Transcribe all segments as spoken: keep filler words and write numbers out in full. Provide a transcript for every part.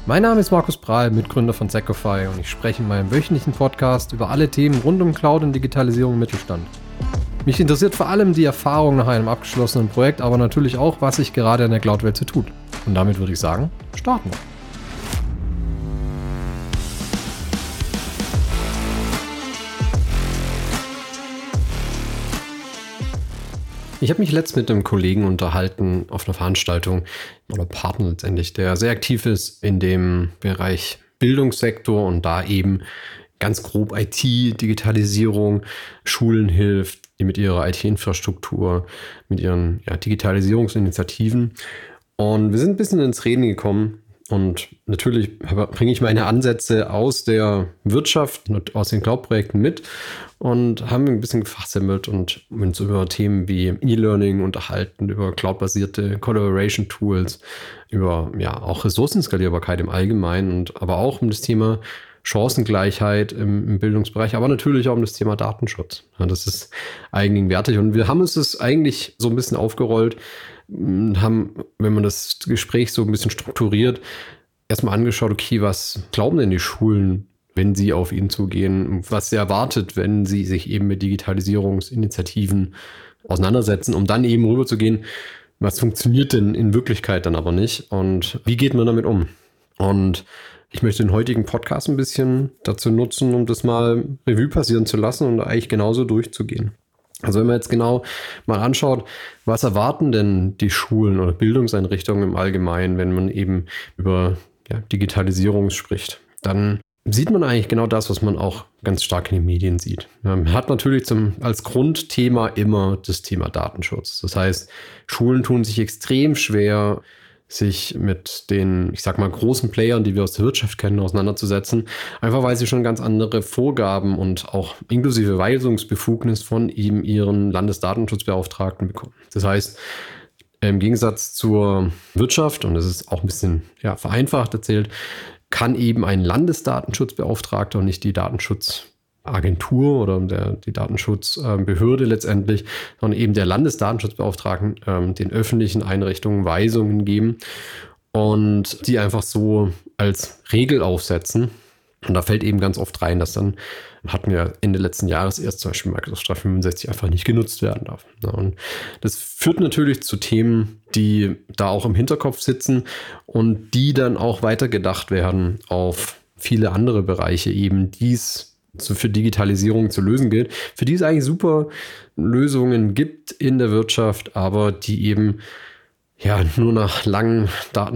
Mein Name ist Markus Prahl, Mitgründer von Secofy, und ich spreche in meinem wöchentlichen Podcast über alle Themen rund um Cloud und Digitalisierung im Mittelstand. Mich interessiert vor allem die Erfahrung nach einem abgeschlossenen Projekt, aber natürlich auch, was sich gerade in der Cloud-Welt so tut. Und damit würde ich sagen, starten wir. Ich habe mich letzt mit einem Kollegen unterhalten auf einer Veranstaltung oder Partner letztendlich, der sehr aktiv ist in dem Bereich Bildungssektor und da eben ganz grob I T, Digitalisierung, Schulen hilft, die mit ihrer I T-Infrastruktur, mit ihren ja, Digitalisierungsinitiativen. Und wir sind ein bisschen ins Reden gekommen. Und natürlich bringe ich meine Ansätze aus der Wirtschaft und aus den Cloud-Projekten mit und haben ein bisschen gefachsimpelt und uns über Themen wie E-Learning unterhalten, über cloud-basierte Collaboration-Tools, über ja auch Ressourcenskalierbarkeit im Allgemeinen und aber auch um das Thema Chancengleichheit im, im Bildungsbereich, aber natürlich auch um das Thema Datenschutz. Ja, das ist eigenwertig und wir haben uns das eigentlich so ein bisschen aufgerollt, haben, wenn man das Gespräch so ein bisschen strukturiert, erstmal angeschaut, okay, was glauben denn die Schulen, wenn sie auf ihn zugehen, was sie erwartet, wenn sie sich eben mit Digitalisierungsinitiativen auseinandersetzen, um dann eben rüberzugehen, was funktioniert denn in Wirklichkeit dann aber nicht und wie geht man damit um? Und ich möchte den heutigen Podcast ein bisschen dazu nutzen, um das mal Revue passieren zu lassen und eigentlich genauso durchzugehen. Also wenn man jetzt genau mal anschaut, was erwarten denn die Schulen oder Bildungseinrichtungen im Allgemeinen, wenn man eben über ja, Digitalisierung spricht, dann sieht man eigentlich genau das, was man auch ganz stark in den Medien sieht. Man hat natürlich zum, als Grundthema immer das Thema Datenschutz. Das heißt, Schulen tun sich extrem schwer, sich mit den, ich sag mal, großen Playern, die wir aus der Wirtschaft kennen, auseinanderzusetzen. Einfach weil sie schon ganz andere Vorgaben und auch inklusive Weisungsbefugnis von eben ihren Landesdatenschutzbeauftragten bekommen. Das heißt, im Gegensatz zur Wirtschaft, und das ist auch ein bisschen ja, vereinfacht erzählt, kann eben ein Landesdatenschutzbeauftragter und nicht die Datenschutzagentur oder der, die Datenschutzbehörde letztendlich, sondern eben der Landesdatenschutzbeauftragten ähm, den öffentlichen Einrichtungen Weisungen geben und die einfach so als Regel aufsetzen. Und da fällt eben ganz oft rein, dass dann, hatten wir Ende letzten Jahres erst zum Beispiel Microsoft dreihundertfünfundsechzig einfach nicht genutzt werden darf. Und das führt natürlich zu Themen, die da auch im Hinterkopf sitzen und die dann auch weitergedacht werden auf viele andere Bereiche eben, die es für Digitalisierung zu lösen gilt, für die es eigentlich super Lösungen gibt in der Wirtschaft, aber die eben ja nur nach langen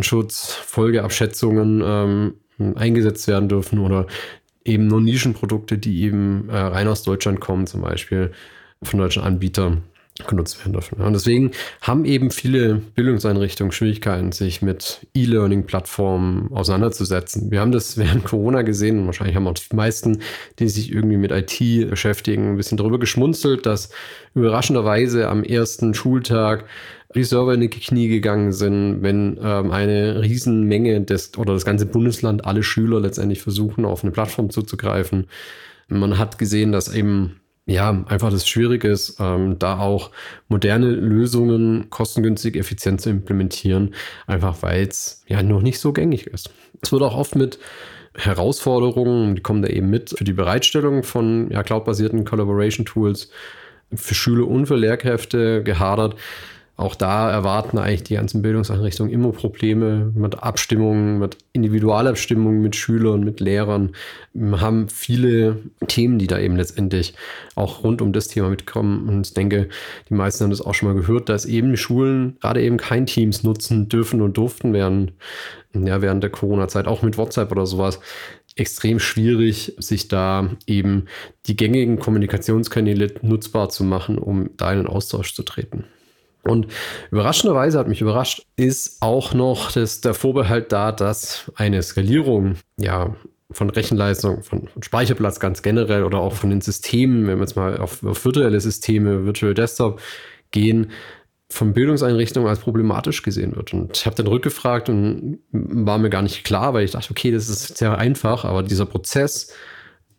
Datenschutz-Folgeabschätzungen ähm, eingesetzt werden dürfen oder eben nur Nischenprodukte, die eben äh, rein aus Deutschland kommen, zum Beispiel von deutschen Anbietern genutzt werden dürfen. Und deswegen haben eben viele Bildungseinrichtungen Schwierigkeiten, sich mit E-Learning-Plattformen auseinanderzusetzen. Wir haben das während Corona gesehen und wahrscheinlich haben auch die meisten, die sich irgendwie mit I T beschäftigen, ein bisschen darüber geschmunzelt, dass überraschenderweise am ersten Schultag die Server in die Knie gegangen sind, wenn ähm, eine Riesenmenge des oder das ganze Bundesland, alle Schüler letztendlich versuchen, auf eine Plattform zuzugreifen. Man hat gesehen, dass eben ja einfach das schwierig ist, ähm, da auch moderne Lösungen kostengünstig, effizient zu implementieren, einfach weil es ja noch nicht so gängig ist. Es wird auch oft mit Herausforderungen, die kommen da eben mit, für die Bereitstellung von ja, cloud-basierten Collaboration-Tools für Schüler und für Lehrkräfte gehadert. Auch da erwarten eigentlich die ganzen Bildungseinrichtungen immer Probleme mit Abstimmungen, mit Individualabstimmungen mit Schülern, mit Lehrern. Wir haben viele Themen, die da eben letztendlich auch rund um das Thema mitkommen. Und ich denke, die meisten haben das auch schon mal gehört, dass eben Schulen gerade eben kein Teams nutzen dürfen und durften während, ja, während der Corona-Zeit, auch mit WhatsApp oder sowas. Extrem schwierig, sich da eben die gängigen Kommunikationskanäle nutzbar zu machen, um da in den Austausch zu treten. Und überraschenderweise hat mich überrascht, ist auch noch das, der Vorbehalt da, dass eine Skalierung ja, von Rechenleistung, von, von Speicherplatz ganz generell oder auch von den Systemen, wenn wir jetzt mal auf, auf virtuelle Systeme, Virtual Desktop gehen, von Bildungseinrichtungen als problematisch gesehen wird. Und ich habe dann rückgefragt und war mir gar nicht klar, weil ich dachte, okay, das ist sehr einfach, aber dieser Prozess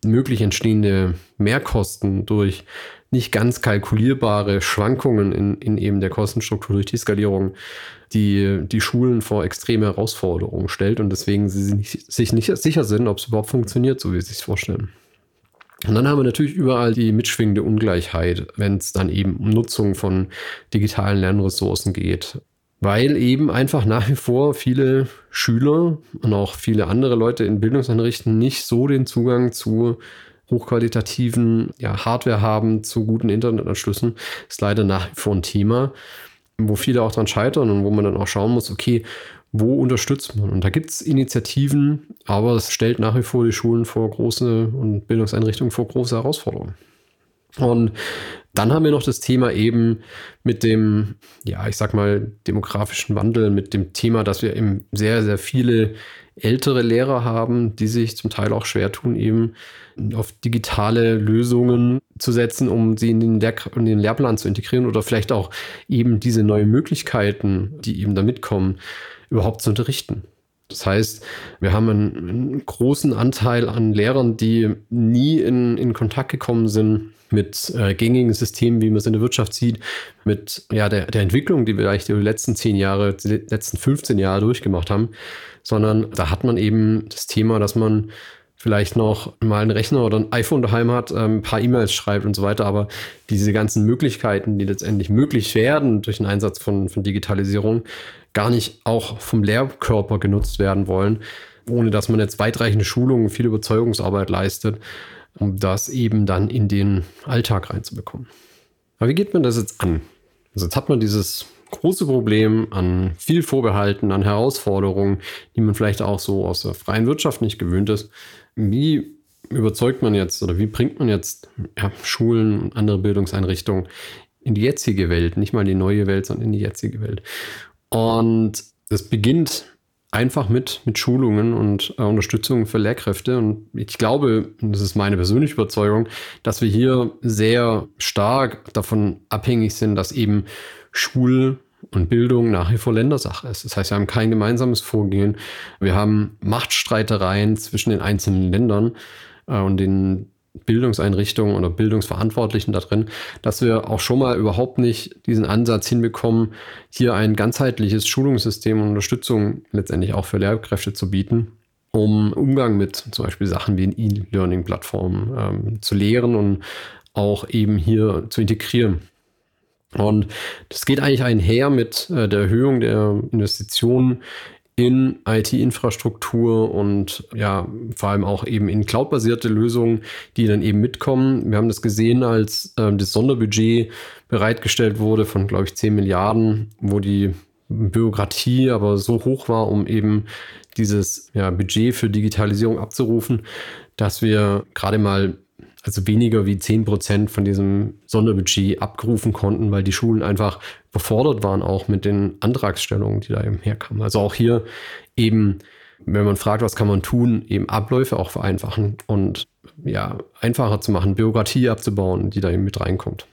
möglich entstehende Mehrkosten durch nicht ganz kalkulierbare Schwankungen in, in eben der Kostenstruktur durch die Skalierung, die die Schulen vor extreme Herausforderungen stellt und deswegen sie nicht, sich nicht sicher sind, ob es überhaupt funktioniert, so wie sie sich vorstellen. Und dann haben wir natürlich überall die mitschwingende Ungleichheit, wenn es dann eben um Nutzung von digitalen Lernressourcen geht. Weil eben einfach nach wie vor viele Schüler und auch viele andere Leute in Bildungseinrichtungen nicht so den Zugang zu hochqualitativen ja, Hardware haben, zu guten Internetanschlüssen, ist leider nach wie vor ein Thema, wo viele auch dran scheitern und wo man dann auch schauen muss, okay, wo unterstützt man? Und da gibt es Initiativen, aber es stellt nach wie vor die Schulen vor große und Bildungseinrichtungen vor große Herausforderungen. Und dann haben wir noch das Thema eben mit dem, ja, ich sag mal, demografischen Wandel, mit dem Thema, dass wir eben sehr, sehr viele ältere Lehrer haben, die sich zum Teil auch schwer tun, eben auf digitale Lösungen zu setzen, um sie in den, Lehr- in den Lehrplan zu integrieren oder vielleicht auch eben diese neuen Möglichkeiten, die eben da mitkommen, überhaupt zu unterrichten. Das heißt, wir haben einen, einen großen Anteil an Lehrern, die nie in, in Kontakt gekommen sind mit äh, gängigen Systemen, wie man es in der Wirtschaft sieht, mit ja, der, der Entwicklung, die wir vielleicht die letzten zehn Jahre, die letzten fünfzehn Jahre durchgemacht haben, sondern da hat man eben das Thema, dass man vielleicht noch mal einen Rechner oder ein iPhone daheim hat, ein paar E-Mails schreibt und so weiter, aber diese ganzen Möglichkeiten, die letztendlich möglich werden durch den Einsatz von, von Digitalisierung, gar nicht auch vom Lehrkörper genutzt werden wollen, ohne dass man jetzt weitreichende Schulungen, viel Überzeugungsarbeit leistet, um das eben dann in den Alltag reinzubekommen. Aber wie geht man das jetzt an? Also jetzt hat man dieses große Problem an viel Vorbehalten, an Herausforderungen, die man vielleicht auch so aus der freien Wirtschaft nicht gewöhnt ist. Wie überzeugt man jetzt oder wie bringt man jetzt ja, Schulen und andere Bildungseinrichtungen in die jetzige Welt, nicht mal in die neue Welt, sondern in die jetzige Welt? Und es beginnt einfach mit, mit Schulungen und äh, Unterstützung für Lehrkräfte. Und ich glaube, und das ist meine persönliche Überzeugung, dass wir hier sehr stark davon abhängig sind, dass eben Schul- und Bildung nach wie vor Ländersache ist. Das heißt, wir haben kein gemeinsames Vorgehen. Wir haben Machtstreitereien zwischen den einzelnen Ländern äh, und den Bildungseinrichtungen oder Bildungsverantwortlichen da drin, dass wir auch schon mal überhaupt nicht diesen Ansatz hinbekommen, hier ein ganzheitliches Schulungssystem und Unterstützung letztendlich auch für Lehrkräfte zu bieten, um Umgang mit zum Beispiel Sachen wie E-Learning-Plattformen ähm, zu lehren und auch eben hier zu integrieren. Und das geht eigentlich einher mit äh, der Erhöhung der Investitionen in I T-Infrastruktur und ja, vor allem auch eben in cloudbasierte Lösungen, die dann eben mitkommen. Wir haben das gesehen, als äh, das Sonderbudget bereitgestellt wurde von, glaube ich, zehn Milliarden, wo die Bürokratie aber so hoch war, um eben dieses ja, Budget für Digitalisierung abzurufen, dass wir gerade mal also weniger wie zehn Prozent von diesem Sonderbudget abgerufen konnten, weil die Schulen einfach überfordert waren, auch mit den Antragsstellungen, die da eben herkamen. Also auch hier eben, wenn man fragt, was kann man tun, eben Abläufe auch vereinfachen und ja, einfacher zu machen, Bürokratie abzubauen, die da eben mit reinkommt.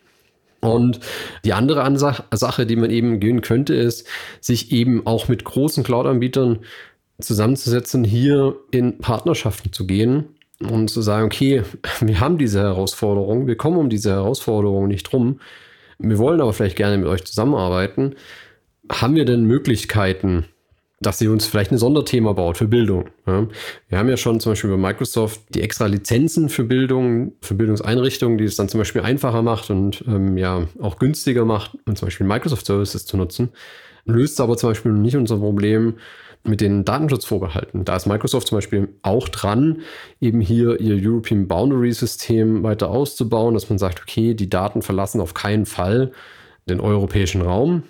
Und die andere Ansach- Sache, die man eben gehen könnte, ist, sich eben auch mit großen Cloud-Anbietern zusammenzusetzen, hier in Partnerschaften zu gehen, und zu sagen, okay, wir haben diese Herausforderung, wir kommen um diese Herausforderung nicht rum, wir wollen aber vielleicht gerne mit euch zusammenarbeiten. Haben wir denn Möglichkeiten, dass ihr uns vielleicht ein Sonderthema baut für Bildung? Ja, wir haben ja schon zum Beispiel bei Microsoft die extra Lizenzen für Bildung, für Bildungseinrichtungen, die es dann zum Beispiel einfacher macht und ähm, ja auch günstiger macht, um zum Beispiel Microsoft Services zu nutzen. Löst aber zum Beispiel nicht unser Problem mit den Datenschutzvorbehalten. Da ist Microsoft zum Beispiel auch dran, eben hier ihr European Boundary System weiter auszubauen, dass man sagt, okay, die Daten verlassen auf keinen Fall den europäischen Raum,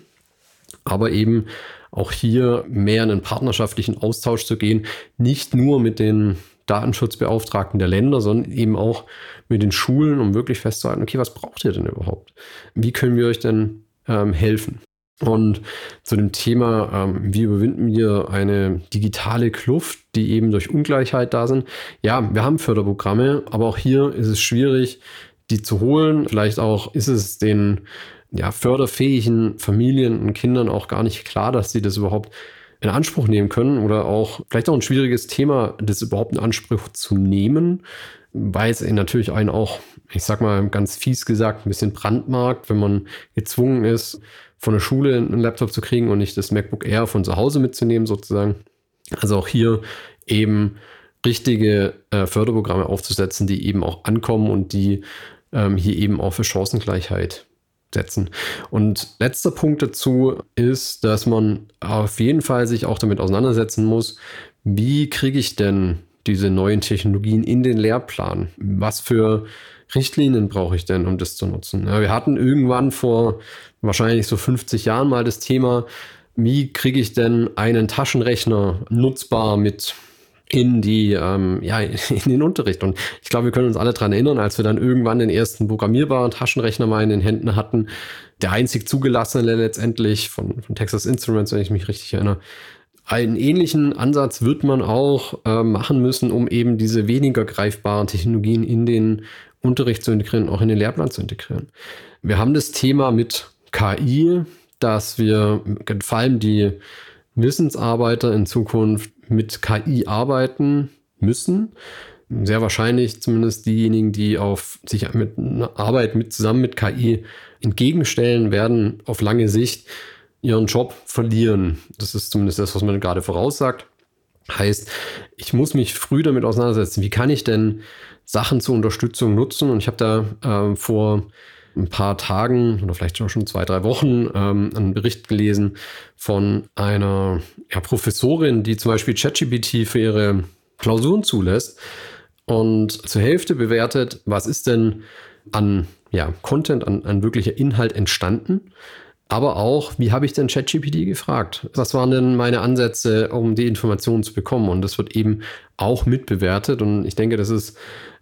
aber eben auch hier mehr in einen partnerschaftlichen Austausch zu gehen, nicht nur mit den Datenschutzbeauftragten der Länder, sondern eben auch mit den Schulen, um wirklich festzuhalten, okay, was braucht ihr denn überhaupt? Wie können wir euch denn ähm, helfen? Und zu dem Thema, ähm, wie überwinden wir eine digitale Kluft, die eben durch Ungleichheit da sind. Ja, wir haben Förderprogramme, aber auch hier ist es schwierig, die zu holen. Vielleicht auch ist es den ja, förderfähigen Familien und Kindern auch gar nicht klar, dass sie das überhaupt in Anspruch nehmen können oder auch vielleicht auch ein schwieriges Thema, das überhaupt in Anspruch zu nehmen, weil es natürlich einen auch, ich sag mal ganz fies gesagt, ein bisschen brandmarkt, wenn man gezwungen ist, von der Schule einen Laptop zu kriegen und nicht das MacBook Air von zu Hause mitzunehmen sozusagen. Also auch hier eben richtige äh, Förderprogramme aufzusetzen, die eben auch ankommen und die ähm, hier eben auch für Chancengleichheit setzen. Und letzter Punkt dazu ist, dass man auf jeden Fall sich auch damit auseinandersetzen muss, wie kriege ich denn diese neuen Technologien in den Lehrplan? Was für Richtlinien brauche ich denn, um das zu nutzen? Ja, wir hatten irgendwann vor wahrscheinlich so fünfzig Jahren mal das Thema, wie kriege ich denn einen Taschenrechner nutzbar mit in die, ähm, ja, in den Unterricht. Und ich glaube, wir können uns alle daran erinnern, als wir dann irgendwann den ersten programmierbaren Taschenrechner mal in den Händen hatten, der einzig zugelassene letztendlich von, von Texas Instruments, wenn ich mich richtig erinnere. Einen ähnlichen Ansatz wird man auch äh, machen müssen, um eben diese weniger greifbaren Technologien in den Unterricht zu integrieren, auch in den Lehrplan zu integrieren. Wir haben das Thema mit K I, dass wir vor allem die Wissensarbeiter in Zukunft mit K I arbeiten müssen. Sehr wahrscheinlich zumindest diejenigen, die auf sich mit einer Arbeit mit, zusammen mit K I entgegenstellen, werden auf lange Sicht ihren Job verlieren. Das ist zumindest das, was man gerade voraussagt. Heißt, ich muss mich früh damit auseinandersetzen, wie kann ich denn Sachen zur Unterstützung nutzen? Und ich habe da äh, vor ein paar Tagen oder vielleicht schon zwei, drei Wochen ähm, einen Bericht gelesen von einer ja, Professorin, die zum Beispiel ChatGPT für ihre Klausuren zulässt und zur Hälfte bewertet, was ist denn an ja, Content, an, an wirklicher Inhalt entstanden, aber auch, wie habe ich denn ChatGPT gefragt? Was waren denn meine Ansätze, um die Informationen zu bekommen? Und das wird eben auch mitbewertet. Und ich denke, das ist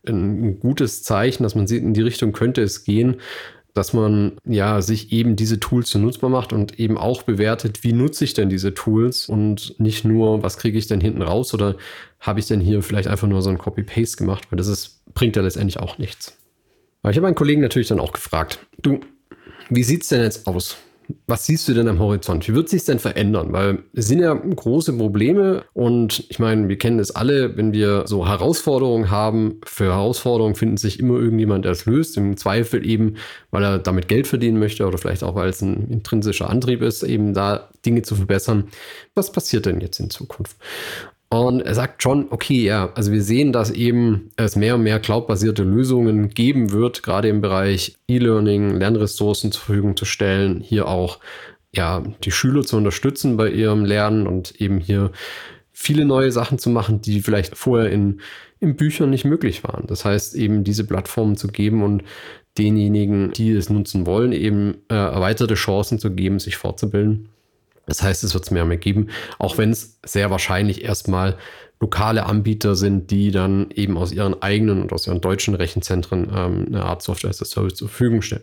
ein gutes Zeichen, dass man sieht, in die Richtung könnte es gehen, dass man ja sich eben diese Tools so nutzbar macht und eben auch bewertet, wie nutze ich denn diese Tools und nicht nur, was kriege ich denn hinten raus oder habe ich denn hier vielleicht einfach nur so ein Copy-Paste gemacht, weil das ist, bringt ja letztendlich auch nichts. Aber ich habe meinen Kollegen natürlich dann auch gefragt, du, wie sieht es denn jetzt aus? Was siehst du denn am Horizont? Wie wird sich denn verändern? Weil es sind ja große Probleme und ich meine, wir kennen es alle, wenn wir so Herausforderungen haben. Für Herausforderungen findet sich immer irgendjemand, der es löst. Im Zweifel eben, weil er damit Geld verdienen möchte oder vielleicht auch, weil es ein intrinsischer Antrieb ist, eben da Dinge zu verbessern. Was passiert denn jetzt in Zukunft? Und er sagt schon, okay, ja, also wir sehen, dass eben es mehr und mehr cloudbasierte Lösungen geben wird, gerade im Bereich E-Learning, Lernressourcen zur Verfügung zu stellen, hier auch ja die Schüler zu unterstützen bei ihrem Lernen und eben hier viele neue Sachen zu machen, die vielleicht vorher in, in Büchern nicht möglich waren. Das heißt, eben diese Plattformen zu geben und denjenigen, die es nutzen wollen, eben äh, erweiterte Chancen zu geben, sich fortzubilden. Das heißt, es wird es mehr und mehr geben, auch wenn es sehr wahrscheinlich erstmal lokale Anbieter sind, die dann eben aus ihren eigenen und aus ihren deutschen Rechenzentren ähm, eine Art Software as a Service zur Verfügung stellen.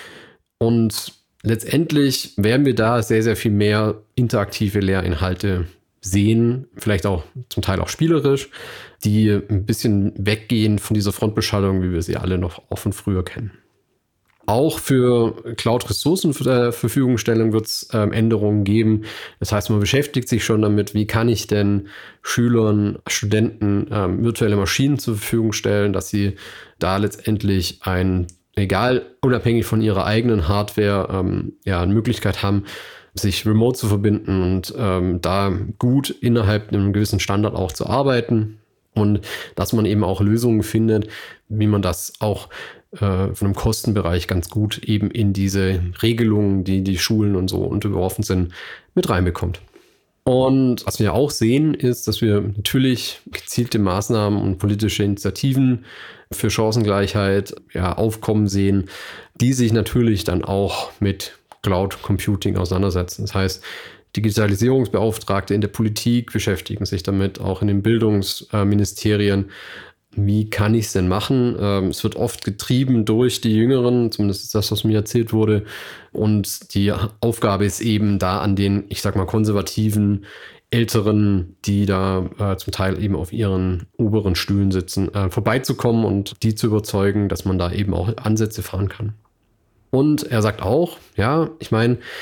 Und letztendlich werden wir da sehr, sehr viel mehr interaktive Lehrinhalte sehen, vielleicht auch zum Teil auch spielerisch, die ein bisschen weggehen von dieser Frontbeschallung, wie wir sie alle noch auch von früher kennen. Auch für Cloud-Ressourcenverfügungstellung wird es ähm, Änderungen geben. Das heißt, man beschäftigt sich schon damit, wie kann ich denn Schülern, Studenten ähm, virtuelle Maschinen zur Verfügung stellen, dass sie da letztendlich ein, egal, unabhängig von ihrer eigenen Hardware, ähm, ja, eine Möglichkeit haben, sich remote zu verbinden und ähm, da gut innerhalb einem gewissen Standard auch zu arbeiten. Und dass man eben auch Lösungen findet, wie man das auch äh, von einem Kostenbereich ganz gut eben in diese Regelungen, die die Schulen und so unterworfen sind, mit reinbekommt. Und was wir auch sehen, ist, dass wir natürlich gezielte Maßnahmen und politische Initiativen für Chancengleichheit ja, aufkommen sehen, die sich natürlich dann auch mit Cloud Computing auseinandersetzen. Das heißt, Digitalisierungsbeauftragte in der Politik beschäftigen sich damit, auch in den Bildungsministerien. Wie kann ich es denn machen? Es wird oft getrieben durch die Jüngeren, zumindest ist das, was mir erzählt wurde. Und die Aufgabe ist eben da an den, ich sag mal, konservativen Älteren, die da äh, zum Teil eben auf ihren oberen Stühlen sitzen, äh, vorbeizukommen und die zu überzeugen, dass man da eben auch Ansätze fahren kann. Und er sagt auch, ja, ich meine,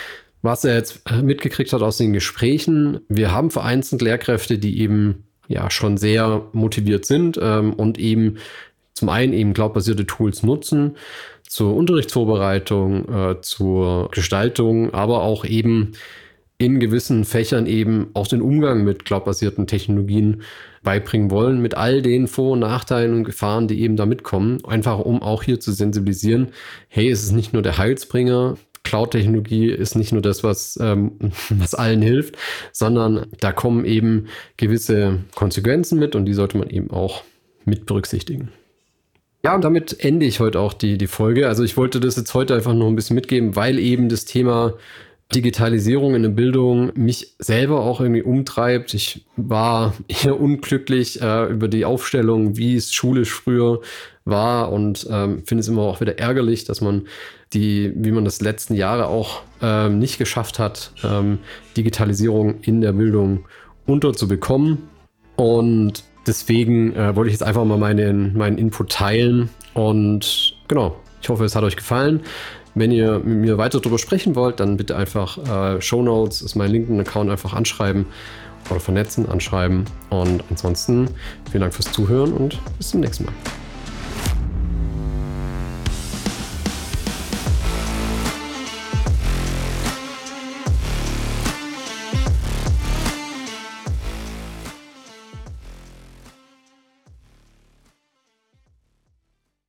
was er jetzt mitgekriegt hat aus den Gesprächen, wir haben vereinzelt Lehrkräfte, die eben ja schon sehr motiviert sind ähm, und eben zum einen eben cloudbasierte Tools nutzen zur Unterrichtsvorbereitung, äh, zur Gestaltung, aber auch eben in gewissen Fächern eben auch den Umgang mit cloudbasierten Technologien beibringen wollen, mit all den Vor- und Nachteilen und Gefahren, die eben da mitkommen, einfach um auch hier zu sensibilisieren, hey, es ist nicht nur der Heilsbringer, Cloud-Technologie ist nicht nur das, was, ähm, was allen hilft, sondern da kommen eben gewisse Konsequenzen mit und die sollte man eben auch mit berücksichtigen. Ja, und damit ende ich heute auch die, die Folge. Also ich wollte das jetzt heute einfach noch ein bisschen mitgeben, weil eben das Thema Digitalisierung in der Bildung mich selber auch irgendwie umtreibt. Ich war eher unglücklich äh, über die Aufstellung, wie es schulisch früher war und ähm, finde es immer auch wieder ärgerlich, dass man die, wie man das letzten Jahre auch ähm, nicht geschafft hat, ähm, Digitalisierung in der Bildung unterzubekommen. Und deswegen äh, wollte ich jetzt einfach mal meinen, meinen Input teilen und genau, ich hoffe, es hat euch gefallen. Wenn ihr mit mir weiter darüber sprechen wollt, dann bitte einfach äh, Shownotes, ist mein LinkedIn-Account, einfach anschreiben oder vernetzen, anschreiben. Und ansonsten vielen Dank fürs Zuhören und bis zum nächsten Mal.